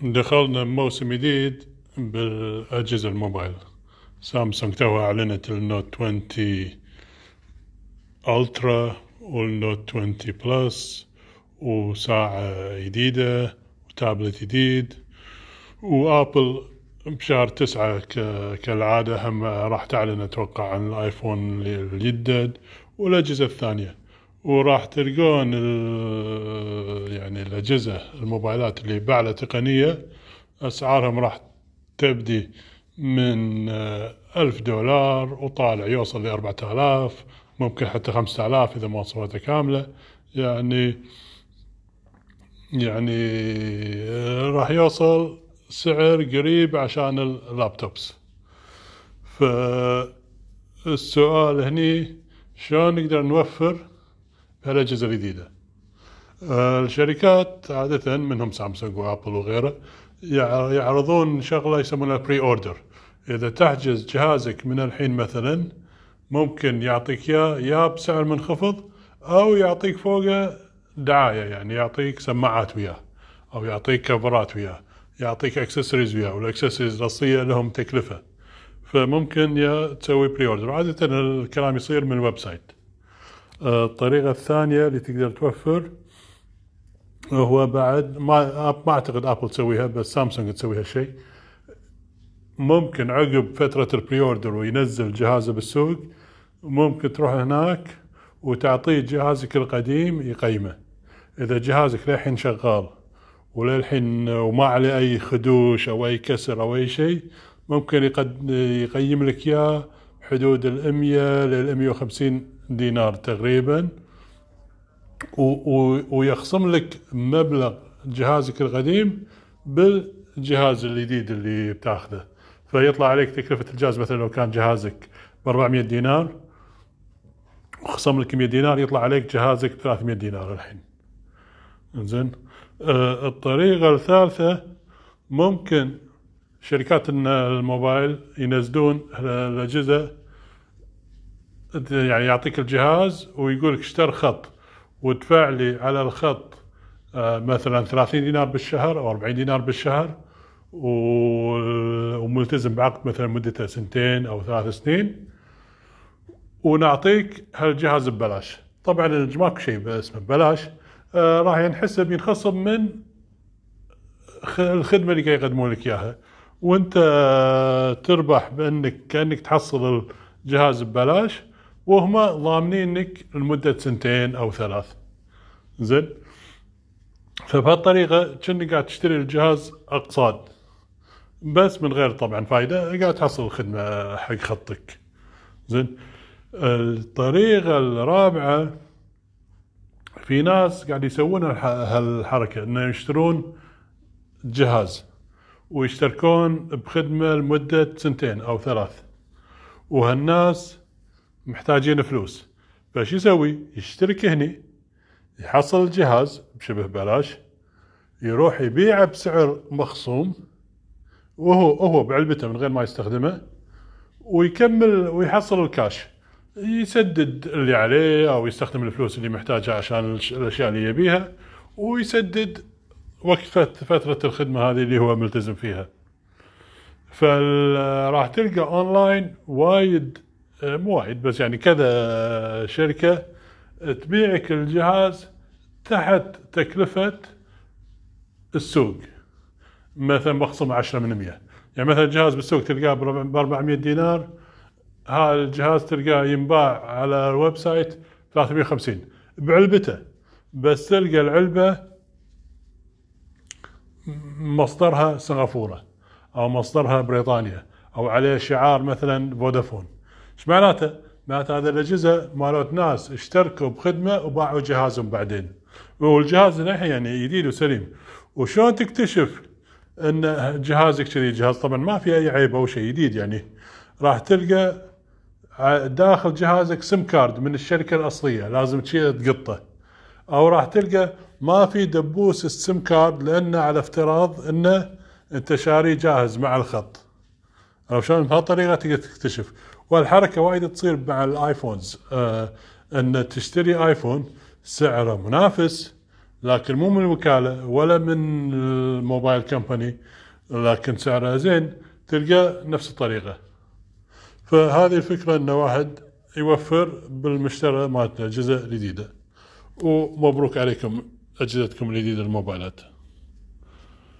دخلنا موسم جديد بالأجهزة الموبايل. سامسونج توها أعلنت النوت 20 ألترا والنوت 20 بلس، وساعة جديدة وتابلت جديد. وآبل بشهر 9 كالعادة هم راح تعلن أتوقع عن الآيفون الجديد والأجهزة الثانية. وراح تلقون يعني الأجهزة الموبايلات اللي بأعلى تقنية أسعارهم راح تبدي من $1000 وطالع يوصل ل4000، ممكن حتى 5000 إذا مواصفاته كاملة. يعني راح يوصل سعر قريب عشان اللابتوبس. فالسؤال هني شلون نقدر نوفر هالأجهزة الجديدة؟ الشركات عادة منهم سامسونج وآبل وغيره يعرضون شغلة يسمونها بري أوردر. إذا تحجز جهازك من الحين مثلا ممكن يعطيك يا بسعر منخفض أو يعطيك فوقه دعاية، يعني يعطيك سماعات وياه أو يعطيك كفرات وياه، يعطيك اكسسوارز وياه، والاكسسوارز الأصلية لهم تكلفة. فممكن يا تسوي بري أوردر. عادة الكلام يصير من الويب سايت. الطريقة الثانية اللي تقدر توفر هو بعد ما أعتقد آبل تسويها، بس سامسونج تسوي هالشيء. ممكن عقب فترة البري أوردر وينزل جهازه بالسوق، ممكن تروح هناك وتعطيه جهازك القديم يقيمه. إذا جهازك للحين شغال وللحين وما عليه أي خدوش أو أي كسر أو أي شيء، ممكن يقيم لك إياه حدود 100 ل 150 دينار تقريبا، ويخصم لك مبلغ جهازك القديم بالجهاز الجديد اللي بتاخذه. فيطلع عليك تكلفة الجهاز مثلا لو كان جهازك ب400 دينار وخصم لك 100 دينار، يطلع عليك جهازك ب300 دينار الحين. زين. الطريقة الثالثة، ممكن شركات الموبايل ينزلون الأجهزة، يعني يعطيك الجهاز ويقولك اشتر خط وادفع لي على الخط مثلا 30 دينار بالشهر أو 40 دينار بالشهر، وملتزم بعقد مثلا مدته 2 أو 3 سنين، ونعطيك هالجهاز ببلاش. طبعا ماكو شيء باسمه ببلاش، راح ينخصم من الخدمة اللي يقدمون لك إياها، وانت تربح بأنك كأنك تحصل الجهاز ببلاش، وهم ضامنينك لمدة 2 أو 3. زين. فبهالطريقة كأنك قاعد تشتري الجهاز أقساط، بس من غير طبعا فايدة، قاعد تحصل الخدمة حق خطك. زين. الطريقة الرابعة، في ناس قاعد يسوون هالحركة، انه يشترون جهاز ويشتركون بخدمة لمدة 2 أو 3، وهالناس محتاجين فلوس. فش يسوي؟ يشترك هني، يحصل الجهاز بشبه بلاش، يروح يبيعه بسعر مخصوم وهو بعلبته من غير ما يستخدمه، ويكمل ويحصل الكاش، يسدد اللي عليه أو يستخدم الفلوس اللي محتاجها عشان الأشياء اللي يبيها، ويسدد وقت فترة الخدمة هذه اللي هو ملتزم فيها. فراح تلقى أونلاين وايد، مو وايد بس يعني كذا شركة تبيعك الجهاز تحت تكلفة السوق، مثلا بخصم 10%. يعني مثلا جهاز بالسوق تلقاه ب400 دينار، هذا الجهاز تلقاه ينباع على الويب سايت 350 بعلبته، بس تلقى العلبة مصدرها سنغافورة أو مصدرها بريطانيا أو عليه شعار مثلا فودافون. إيش معناته؟ معناته هذا الأجهزة مالت ناس اشتركوا بخدمة وباعوا جهازهم بعدين، والجهاز الحين يعني جديد وسليم. وشون تكتشف أن جهازك كذي؟ جهاز طبعا ما في أي عيب أو شيء جديد، يعني راح تلقى داخل جهازك سم كارد من الشركة الأصلية، لازم تقطه، أو راح تلقى ما في دبوس السم كارد لأنه على افتراض أنه أنت شاري جاهز مع الخط. أو شلون؟ بهالطريقة تقدر تكتشف. والحركة وايد تصير مع الآيفونز، أن تشتري آيفون سعره منافس لكن مو من الوكالة ولا من الموبايل كمباني، لكن سعرها زين، تلقى نفس الطريقة. فهذه الفكرة أن واحد يوفر بالمشترى مالته أجهزة جديدة. ومبروك عليكم أجهزتكم الجديدة الموبايلات.